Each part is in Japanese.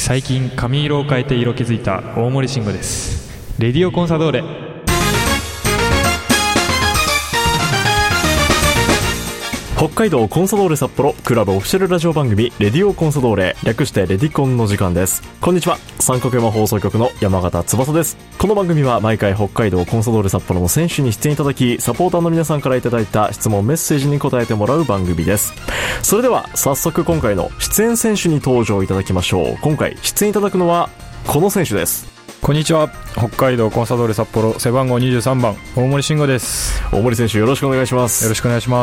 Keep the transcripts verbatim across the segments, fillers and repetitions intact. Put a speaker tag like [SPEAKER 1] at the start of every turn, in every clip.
[SPEAKER 1] 最近髪色を変えて色気づいた大森慎吾です。レディオコンサドーレ。
[SPEAKER 2] 北海道コンサドーレ札幌クラブオフィシャルラジオ番組レディオコンサドーレ、略してレディコンの時間です。こんにちは、三角山放送局の山形翼です。この番組は毎回北海道コンサドーレ札幌の選手に出演いただき、サポーターの皆さんからいただいた質問メッセージに答えてもらう番組です。それでは早速今回の出演選手に登場いただきましょう。今回出演いただくのはこの選手です。
[SPEAKER 1] こんにちは、北海道コンサドーレ札幌背番号にじゅうさんばん大森慎吾です。
[SPEAKER 2] 大森選手、よろしくお願いします。
[SPEAKER 1] よろしくお願いします。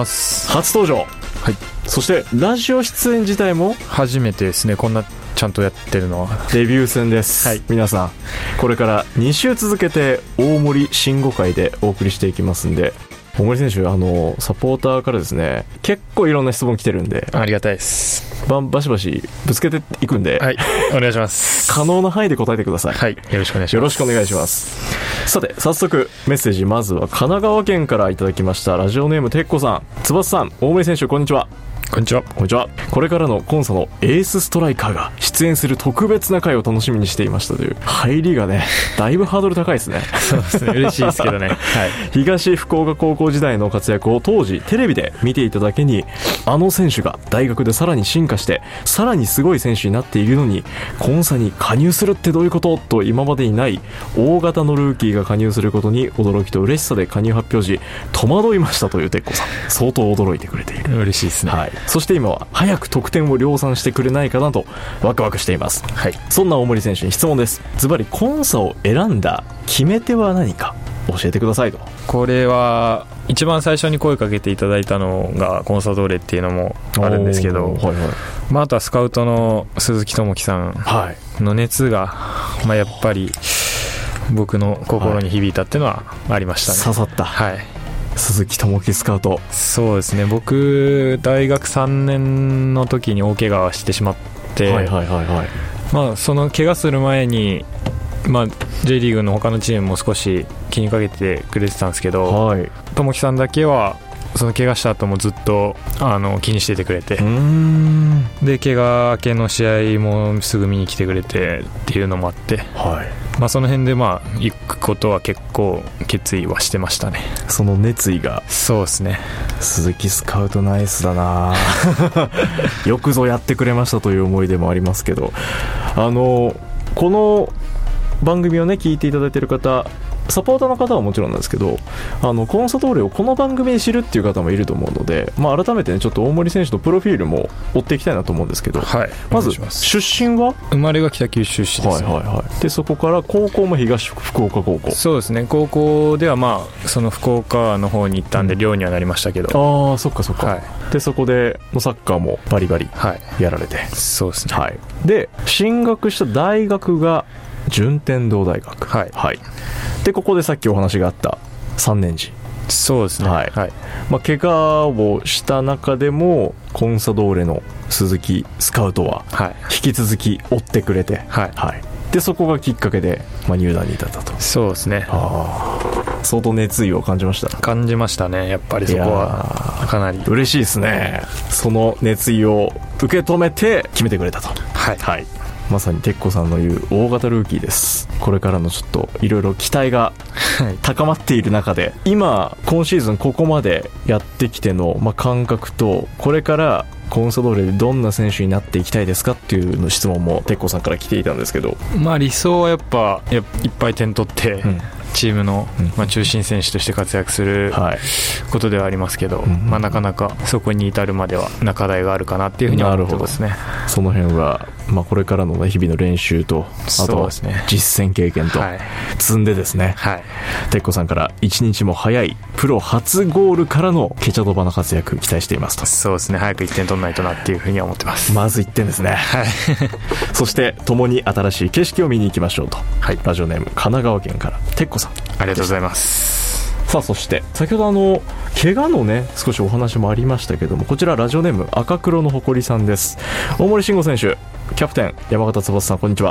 [SPEAKER 2] 初登場。
[SPEAKER 1] はい。
[SPEAKER 2] そしてラジオ出演自体も
[SPEAKER 1] 初めてですね。こんなちゃんとやってるのは
[SPEAKER 2] デビュー戦です、はい、皆さんこれからに週続けて大森慎吾会でお送りしていきますんで、大森選手、あのサポーターからですね、結構いろんな質問来てるんで、
[SPEAKER 1] ありがたいです。
[SPEAKER 2] ババシバシぶつけていくんで、
[SPEAKER 1] はい、お願いします。
[SPEAKER 2] 可能な範囲で答えてください。
[SPEAKER 1] はい、よろしくお願いします。
[SPEAKER 2] よろしくお願いします。さて早速メッセージ、まずは神奈川県からいただきました。ラジオネームてっこさん。翼さん、大森選手、こんにちは。
[SPEAKER 1] こんにちは。
[SPEAKER 2] こんにちは。これからのコンサのエースストライカーが出演する特別な回を楽しみにしていましたという、入りがね、だいぶハードル高いですね。
[SPEAKER 1] そうですね、嬉しいですけどね。はい。
[SPEAKER 2] 東福岡高校時代の活躍を当時テレビで見ていただけに、あの選手が大学でさらに進化してさらにすごい選手になっているのに、コンサに加入するってどういうことと、今までにない大型のルーキーが加入することに驚きと嬉しさで加入発表時戸惑いましたというてっこさん、相当驚いてくれている。
[SPEAKER 1] 嬉しいですね。
[SPEAKER 2] はい。そして今は早く得点を量産してくれないかなとワクワクしています。はい。そんな大森選手に質問です。ズバリコンサを選んだ決め手は何か教えてくださいと。
[SPEAKER 1] これは一番最初に声かけていただいたのがコンサドーレっていうのもあるんですけど、はいはい、まあ、あとはスカウトの鈴木智樹さんの熱が、まあ、やっぱり僕の心に響いたっていうのはありましたね。
[SPEAKER 2] 刺さった。はい。鈴木智樹スカウト。
[SPEAKER 1] そうですね、僕大学さんねんの時に大怪我してしまって、はいはいはいはい、まあ、その怪我する前に、まあ、J リーグの他のチームも少し気にかけてくれてたんですけど、はい、智樹さんだけはその怪我した後もずっとあの気にしててくれて、うーんで怪我明けの試合もすぐ見に来てくれてっていうのもあって、はい、まあ、その辺でまあ行くことは結構決意はしてましたね。
[SPEAKER 2] その熱意が。
[SPEAKER 1] そうですね。
[SPEAKER 2] 鈴木スカウトナイスだな。よくぞやってくれましたという思いでもありますけど、あのこの番組をね聞いていただいている方、サポーターの方はもちろんなんですけど、あのコンサドーレをこの番組で知るっていう方もいると思うので、まあ、改めてねちょっと大森選手のプロフィールも追っていきたいなと思うんですけど、はい、まず出身は
[SPEAKER 1] 生まれが北九州市です、ね。はいはいはい。
[SPEAKER 2] でそこから高校も東福岡高校。
[SPEAKER 1] そうですね、高校ではまあその福岡の方に行ったんで寮にはなりましたけど、
[SPEAKER 2] うん、ああそっかそっか、はい、でそこでサッカーもバリバリやられて、はい、
[SPEAKER 1] そうですね、
[SPEAKER 2] はい、で進学した大学が順天堂大学、はいはい、でここでさっきお話があったさんねん次。
[SPEAKER 1] そうですね、はいはい、
[SPEAKER 2] まあ、怪我をした中でもコンサドーレの鈴木スカウトは引き続き追ってくれて、はいはい、でそこがきっかけで、まあ、入団に至ったと。
[SPEAKER 1] そうですね。
[SPEAKER 2] あ、相当熱意を感じました。
[SPEAKER 1] 感じましたね。やっぱりそこはかなり
[SPEAKER 2] 嬉しいですね。その熱意を受け止めて決めてくれたと。はい、はい、まさにてっこさんの言う大型ルーキーです。これからのちょっといろいろ期待が高まっている中で、今今シーズンここまでやってきての、まあ、感覚と、これからコンサドーレでどんな選手になっていきたいですかっていうの質問もてっこさんから来ていたんですけど、
[SPEAKER 1] まあ理想はやっぱいっぱい点取って、うん、チームの、まあ、中心選手として活躍することではありますけど、はい、まあ、なかなかそこに至るまではな課題があるかなっていうふうには思ってますね。
[SPEAKER 2] その辺は、まあ、これからの、ね、日々の練習と、あとは実践経験と積んでですね、はい、てっこさんから一日も早いプロ初ゴールからのケチャドバの活躍期待していますと。
[SPEAKER 1] そうですね、早くいってん取らないとなっていうふうには思ってます。
[SPEAKER 2] まずいってんですね、はい、そして共に新しい景色を見に行きましょうと、はい、ラジオネーム神奈川県からてっこさん、
[SPEAKER 1] ありがとうございます。
[SPEAKER 2] さあそして先ほどあの怪我のね少しお話もありましたけども、こちらラジオネーム赤黒の誇りさんです。大森慎吾選手、キャプテン山形翼さん、こんにちは。
[SPEAKER 1] こん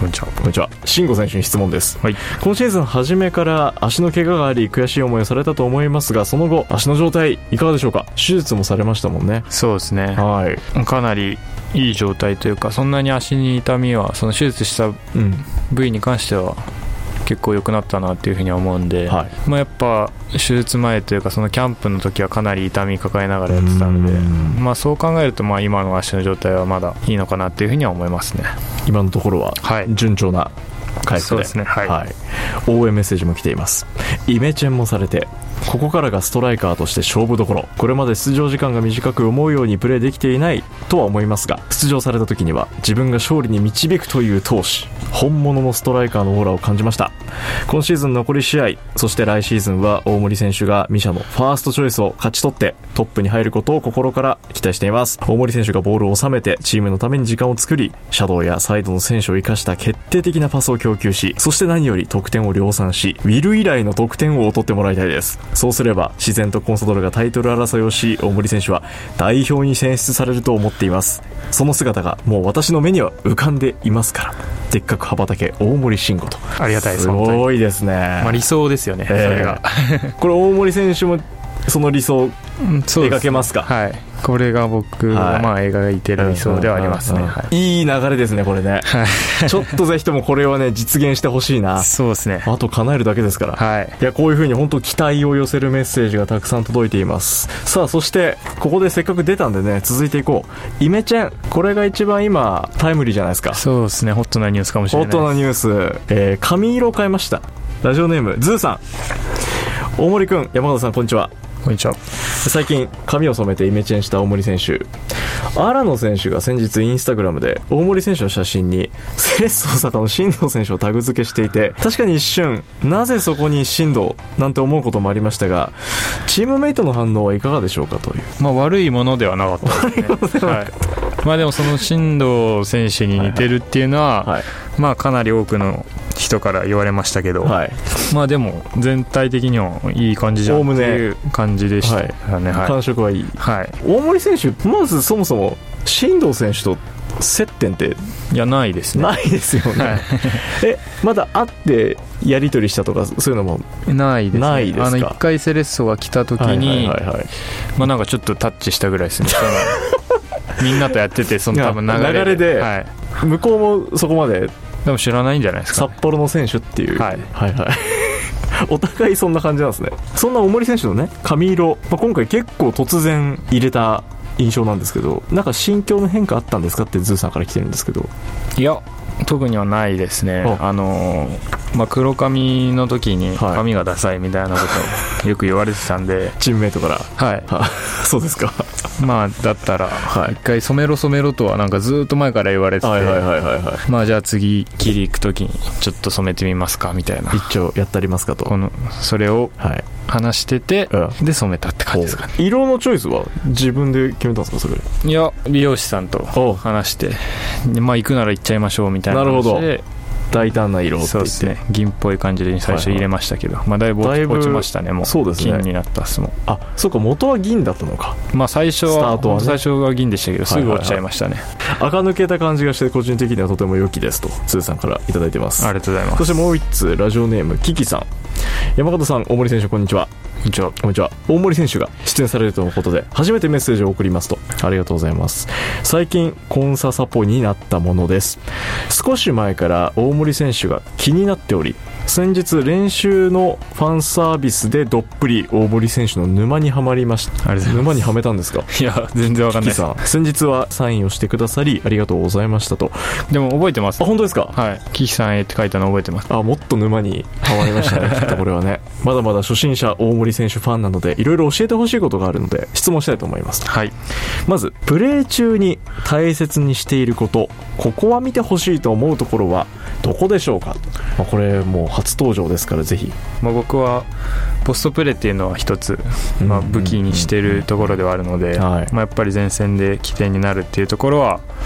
[SPEAKER 1] こんにちは。
[SPEAKER 2] こんにちは。慎吾選手に質問です、
[SPEAKER 1] はい、
[SPEAKER 2] 今シーズン初めから足の怪我があり悔しい思いをされたと思いますが、その後足の状態いかがでしょうか。手術もされましたもんね。
[SPEAKER 1] そうですね、
[SPEAKER 2] はい、
[SPEAKER 1] かなりいい状態というか、そんなに足に痛みはその手術した部位に関しては結構良くなったなっていうふうには思うんで、はい、まあ、やっぱ手術前というかそのキャンプの時はかなり痛み抱えながらやってたんで、まあ、そう考えるとまあ今の足の状態はまだいいのかなっていうふうには思いますね。
[SPEAKER 2] 今のところは順調な回復で、
[SPEAKER 1] そうですね、はい
[SPEAKER 2] はい、応援メッセージも来ています。イメチェンもされてここからがストライカーとして勝負どころ。これまで出場時間が短く思うようにプレーできていないとは思いますが、出場された時には自分が勝利に導くという闘志、本物のストライカーのオーラを感じました。今シーズン残り試合、そして来シーズンは大森選手がミシャのファーストチョイスを勝ち取ってトップに入ることを心から期待しています。大森選手がボールを収めてチームのために時間を作り、シャドウやサイドの選手を生かした決定的なパスを供給し、そして何より得点を量産し、ウィル以来の得点王を取ってもらいたいです。そうすれば自然とコンサドーレがタイトル争いをし、大森選手は代表に選出されると思っています。その姿がもう私の目には浮かんでいますから。でっかく羽ばたけ大森慎吾と。
[SPEAKER 1] ありがたいです。
[SPEAKER 2] すごいですね、
[SPEAKER 1] まあ、理想ですよね、えー、それが
[SPEAKER 2] これ大森選手もその理想描けますか。
[SPEAKER 1] はい、これが僕がまあ描いてる理想ではありますね。
[SPEAKER 2] いい流れですねこれね、はい、ちょっとぜひともこれはね実現してほしいな。
[SPEAKER 1] そうですね、
[SPEAKER 2] あと叶えるだけですから、はい、いやこういう風に本当期待を寄せるメッセージがたくさん届いています。さあそしてここでせっかく出たんでね続いていこう。イメチェン、これが一番今タイムリーじゃないですか。
[SPEAKER 1] そうですね、ホットなニュースかもしれないです。
[SPEAKER 2] ホットなニュース、えー、髪色を変えました。ラジオネームズーさん。大森くん、山形さん、こんにちは。
[SPEAKER 1] こんにちは。
[SPEAKER 2] 最近髪を染めてイメチェンした大森選手。荒野選手が先日インスタグラムで大森選手の写真にセレッソ大阪の進藤選手をタグ付けしていて、確かに一瞬なぜそこに進藤なんて思うこともありましたが、チームメイトの反応はいかがでしょうかという。
[SPEAKER 1] まあ悪いものではなかったですね。はい、まあでもその進藤選手に似てるっていうのは、はいはい、まあかなり多くの人から言われましたけど、はい、まあでも全体的にはいい感じじゃんっていう感じでしたね。はい、
[SPEAKER 2] 感触はいい。
[SPEAKER 1] はい、
[SPEAKER 2] 大森選手、まずそもそも進藤選手と接点って
[SPEAKER 1] いやないですね。
[SPEAKER 2] ないですよね。はい、えまだ会ってやり取りしたとかそういうのも
[SPEAKER 1] ないですね。
[SPEAKER 2] ないですか。
[SPEAKER 1] あのいっかいセレッソが来た時に、はいはいはいはい、まあなんかちょっとタッチしたぐらいですね。そのみんなとやっててその多分流れで、
[SPEAKER 2] 流れで、はい、向こうもそこまで
[SPEAKER 1] でも知らないんじゃないですか、ね、
[SPEAKER 2] 札幌の選手っていう、はい、はいはいお互いそんな感じなんですね。そんな大森選手のね髪色、まあ、今回結構突然入れた印象なんですけど、なんか心境の変化あったんですかってズーさんから来てるんですけど。
[SPEAKER 1] いや特にはないですね。あのーまあ、黒髪の時に髪がダサいみたいなことをよく言われてたんで、はい、
[SPEAKER 2] チームメイトから。
[SPEAKER 1] はい
[SPEAKER 2] そうですか。
[SPEAKER 1] まあだったら一回染めろ染めろとはなんかずっと前から言われてて、はいはいはいはいはい、まあじゃあ次切り行く時にちょっと染めてみますかみたいな、
[SPEAKER 2] 一応やったりますかと、
[SPEAKER 1] このそれを話してて、はい、で染めたって感じですかね。
[SPEAKER 2] 色のチョイスは自分で決めたんですかそれ。
[SPEAKER 1] いや美容師さんと話して、まあ行くなら行っちゃいましょうみたいな話で。なるほど、
[SPEAKER 2] 大胆な色って言って、
[SPEAKER 1] そうですね、銀っぽい感じで最初入れましたけど、はいはい、まあ、だいぶ落ちましたね。もうそうですね、金になったっすもん。
[SPEAKER 2] あ、そうか、元は銀だったのか。
[SPEAKER 1] まあ最初はスタートは、ね、最初は銀でしたけどすぐ落ちちゃいましたね。
[SPEAKER 2] はいはいはい、垢抜けた感じがして個人的にはとても良きですとつーさんからいただいてます。
[SPEAKER 1] ありがとうございます。
[SPEAKER 2] そしてもう一つラジオネームキキさん。山形さん、大森選手、こんにちは。
[SPEAKER 1] こんにちは。
[SPEAKER 2] こんにちは。大森選手が出演されるとのことで初めてメッセージを送りますと。ありがとうございます。最近コンササポになったものです。少し前から大森選手が気になっており、先日練習のファンサービスでどっぷり大森選手の沼にはまりました。沼にはめたんですか。
[SPEAKER 1] いや全然わかんないです。
[SPEAKER 2] キキさん、先日はサインをしてくださりありがとうございましたと。
[SPEAKER 1] でも覚えてます。
[SPEAKER 2] あ、本当ですか。
[SPEAKER 1] はい、キキさんへって書いたの覚えてます。
[SPEAKER 2] あ、もっと沼にはまりましたねきっとこれはね。まだまだ初心者大森選手ファンなのでいろいろ教えてほしいことがあるので質問したいと思います。
[SPEAKER 1] はい、
[SPEAKER 2] まずプレー中に大切にしていること、ここは見てほしいと思うところはどこでしょうか。まあ、これもう初登場ですからぜひ。
[SPEAKER 1] まあ、僕はポストプレーっていうのは一つ、まあ、武器にしているところではあるので、まあ、やっぱり前線で起点になるっていうところは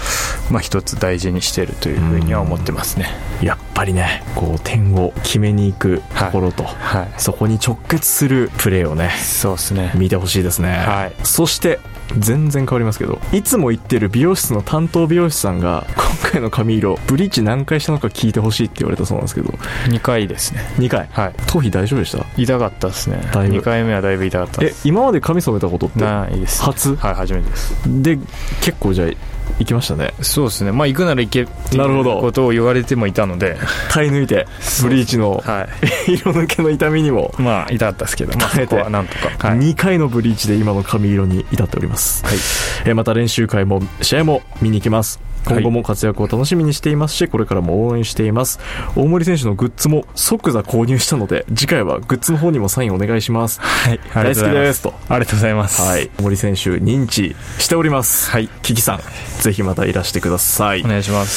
[SPEAKER 1] まあ、一つ大事にしてるというふうには思ってますね。
[SPEAKER 2] やっぱりねこう点を決めに行くところと、はいはい、そこに直結するプレーをね
[SPEAKER 1] そうですね
[SPEAKER 2] 見てほしいですね、はい、そして全然変わりますけどいつも行ってる美容室の担当美容師さんが今回の髪色ブリーチ何回したのか聞いてほしいって言われたそうなんですけど
[SPEAKER 1] にかいですね。
[SPEAKER 2] にかい、
[SPEAKER 1] はい、
[SPEAKER 2] 頭皮大丈夫でした？
[SPEAKER 1] 痛かったですね。にかいめはだいぶ痛かったです。
[SPEAKER 2] え今まで髪染めたことって
[SPEAKER 1] ないです。
[SPEAKER 2] 初？
[SPEAKER 1] はい初めてです。
[SPEAKER 2] で結構じゃあ行きましたね。
[SPEAKER 1] そうですね。まあ行くなら行けっていうことを言われてもいたので
[SPEAKER 2] 耐え抜いてブリーチの、はい、色抜けの痛みにも
[SPEAKER 1] まあ痛かったですけど、まあ、そこはなんとか、
[SPEAKER 2] はい、にかいのブリーチで今の髪色に至っております、はいえー、また練習会も試合も見に行きます。今後も活躍を楽しみにしていますし、これからも応援しています。大森選手のグッズも即座購入したので次回はグッズの方にもサインお願いします。
[SPEAKER 1] はい、
[SPEAKER 2] 大好きですと。
[SPEAKER 1] ありがとうございます。
[SPEAKER 2] はい、大森選手認知しております。はい、キキさんぜひまたいらしてください。
[SPEAKER 1] お願いします。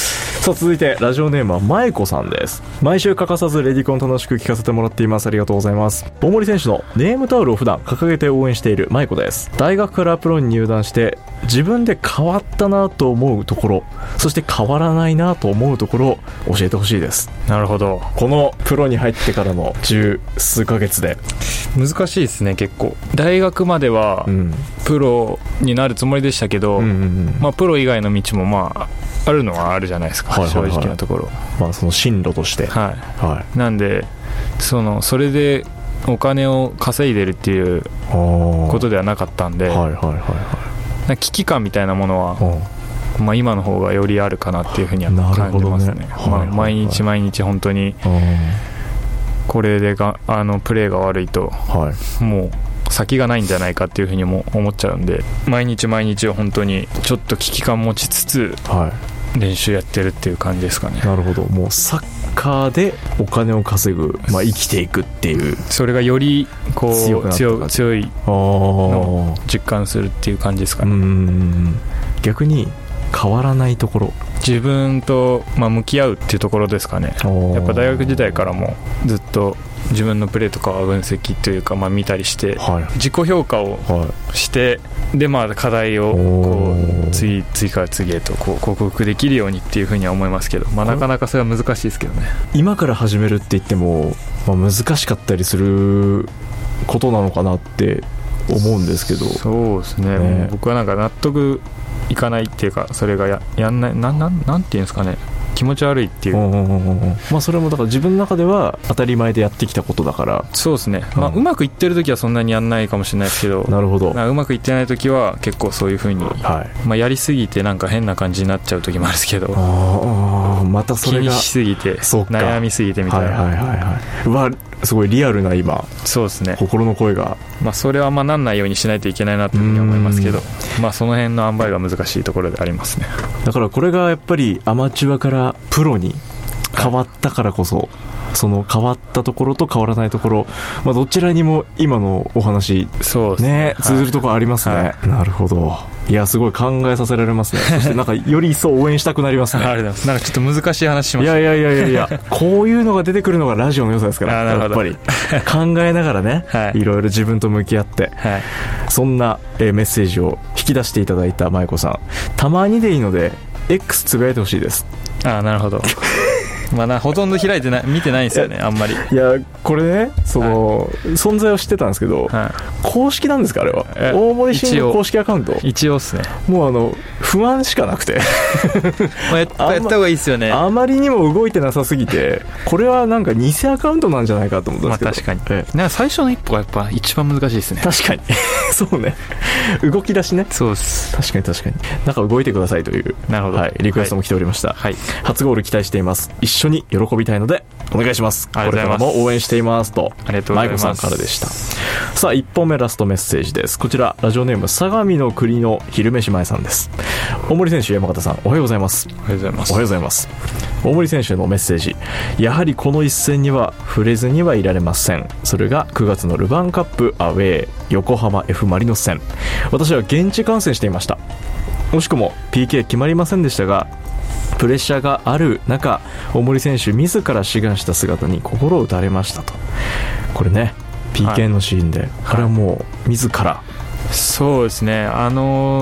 [SPEAKER 2] さあ続いてラジオネームはまえこさんです。毎週欠かさずレディコン楽しく聞かせてもらっています。ありがとうございます。大森選手のネームタオルを普段掲げて応援しているまえこです。大学からプロに入団して自分で変わったなと思うところ、そして変わらないなと思うところを教えてほしいです。
[SPEAKER 1] なるほど。
[SPEAKER 2] このプロに入ってからの十数ヶ月で
[SPEAKER 1] 難しいですね。結構大学まではプロになるつもりでしたけど、うんうんうんまあ、プロ以外の道もまああるのはあるじゃないですか、はいはいはい、正直なところ、
[SPEAKER 2] まあ、その進路として、
[SPEAKER 1] はいはい、なんで そのそれでお金を稼いでるっていうことではなかったんで、はいはいはいはい、危機感みたいなものはまあ、今の方がよりあるかなっていうふうには感じますね。ねまあ、毎日毎日本当にこれでがあのプレーが悪いともう先がないんじゃないかっていうふうにも思っちゃうんで、毎日毎日本当にちょっと危機感持ちつつ練習やってるっていう感じですかね。
[SPEAKER 2] なるほど。もうサッカーでお金を稼ぐ、まあ、生きていくっていう、
[SPEAKER 1] それがよりこう 強, 強, 強いのを実感するっていう感じですかね。うーん
[SPEAKER 2] 逆に変わらないところ、
[SPEAKER 1] 自分と、まあ、向き合うっていうところですかね。やっぱ大学時代からもずっと自分のプレーとかは分析というか、まあ、見たりして、はい、自己評価をして、はい、でまあ課題をこう次次から次へとこう克服できるようにっていうふうには思いますけど、まあ、なかなかそれは難しいですけどね。
[SPEAKER 2] 今から始めるって言っても、まあ、難しかったりすることなのかなって思うんですけど。
[SPEAKER 1] そうですね、ね僕はなんか納得いかないっていうか、それが や, やんないな ん, なんなんていうんですかね、気持ち悪いっていう、うんうんうんうん、
[SPEAKER 2] まあ、それもだから自分の中では当たり前でやってきたことだから。
[SPEAKER 1] そうですね、まあ、うまくいってる時はそんなにやんないかもしれないですけど、
[SPEAKER 2] なるほど。
[SPEAKER 1] うまくいってない時は結構そういう風に、はいまあ、やりすぎてなんか変な感じになっちゃう時もあるんですけど、
[SPEAKER 2] ああまたそれが
[SPEAKER 1] 気にしすぎて悩みすぎてみたいな、
[SPEAKER 2] はいはいはいはい、うわすごいリアルな今
[SPEAKER 1] そうですね
[SPEAKER 2] 心の声が、
[SPEAKER 1] まあ、それはまあなんないようにしないといけないなというふうに思いますけど、まあ、その辺の塩梅が難しいところでありますね。
[SPEAKER 2] だからこれがやっぱりアマチュアからプロに変わったからこそ、はい、その変わったところと変わらないところ、まあ、どちらにも今のお話
[SPEAKER 1] そうですね、
[SPEAKER 2] ね、通ずるところありますね、はい、なるほど。いやすごい考えさせられますね。そしてなんかより一層応援したくなりますね。
[SPEAKER 1] ありがとうございます。なんかちょっと難しい話しました。
[SPEAKER 2] いやいやいやいやいやこういうのが出てくるのがラジオの良さですからやっぱり考えながらね、はい、いろいろ自分と向き合って、はい、そんな、えー、メッセージを引き出していただいたまえこさん、たまにでいいので X つぶやいてほしいです。
[SPEAKER 1] ああなるほどまあなほとんど開いてない見てないんですよねあんまり。
[SPEAKER 2] いやこれねその、はい、存在を知ってたんですけど、はい、公式なんですかあれは。大森慎吾公式アカウント
[SPEAKER 1] 一応ですね。
[SPEAKER 2] もうあの不安しかなくて
[SPEAKER 1] まあやったやった方がいいですよね。
[SPEAKER 2] あまりにも動いてなさすぎてこれはなんか偽アカウントなんじゃないかと思ったんですけど、
[SPEAKER 1] まあ、確かに、ええ、なんか最初の一歩がやっぱ一番難しいですね。
[SPEAKER 2] 確かにそうね動き出しね。
[SPEAKER 1] そうです。
[SPEAKER 2] 確かに確かになんか動いてくださいという、
[SPEAKER 1] なるほど、
[SPEAKER 2] はい、リクエストも来ておりました、はい、初ゴール期待しています。一緒に喜びたいのでお願いします。これからも応援していますと
[SPEAKER 1] ありがとうございます。
[SPEAKER 2] マイコさんからでした。さあいっぽんめラストメッセージです。こちらラジオネーム相模の国の昼飯前さんです。大森選手、山形さんおはようございます。
[SPEAKER 1] おはようございます。
[SPEAKER 2] おはようございます。大森選手のメッセージ、やはりこの一戦には触れずにはいられません。それがくがつのルヴァンカップアウェー横浜 F マリノス戦。私は現地観戦していました。惜しくも ピーケー 決まりませんでしたが、プレッシャーがある中大森選手自ら志願した姿に心を打たれましたと。これね ピーケー のシーンで、はい、これはもう自ら、
[SPEAKER 1] そうですね、あの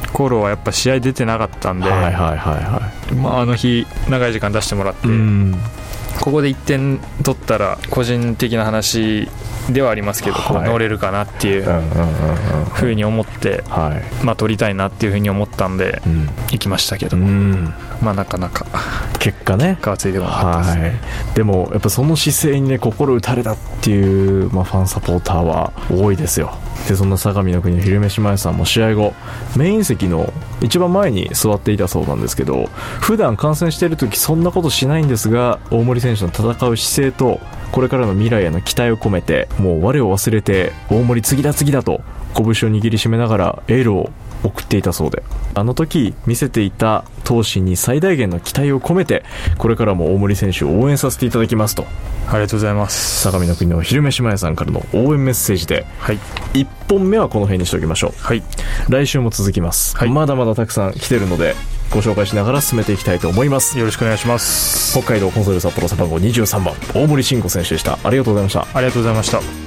[SPEAKER 1] 頃はやっぱ試合出てなかったんで、
[SPEAKER 2] はいはいはいはい、
[SPEAKER 1] まあ、あの日長い時間出してもらって、うん、ここでいってん取ったら個人的な話ではありますけど、はい、こう乗れるかなっていうふうに思って、はい、まあ、取りたいなっていうふうに思ったんで、うん、行きましたけど、うん、まあ、なかなか
[SPEAKER 2] 結果ね
[SPEAKER 1] がついてこなかったです、はい、
[SPEAKER 2] でもやっぱその姿勢にね心打たれたっていう、まあ、ファンサポーターは多いですよ。でそんな相模の国の昼飯前さんも試合後メイン席の一番前に座っていたそうなんですけど、普段観戦している時そんなことしないんですが、大森選手の戦う姿勢とこれからの未来への期待を込めて、もう我を忘れて大森次だ次だと拳を握りしめながらエールを送っていたそうで、あの時見せていた闘志に最大限の期待を込めてこれからも大森選手を応援させていただきますと。
[SPEAKER 1] ありがとうございます。
[SPEAKER 2] 相模の国の昼飯前さんからの応援メッセージで、はい、いっぽんめはこの辺にしておきましょう、はい、来週も続きます、はい、まだまだたくさん来てるのでご紹介しながら進めていきたいと思います。
[SPEAKER 1] よろしくお願いします。
[SPEAKER 2] 北海道コンソール札幌背番号にじゅうさんばん大森慎吾選手でした。ありがとうございました。
[SPEAKER 1] ありがとうございました。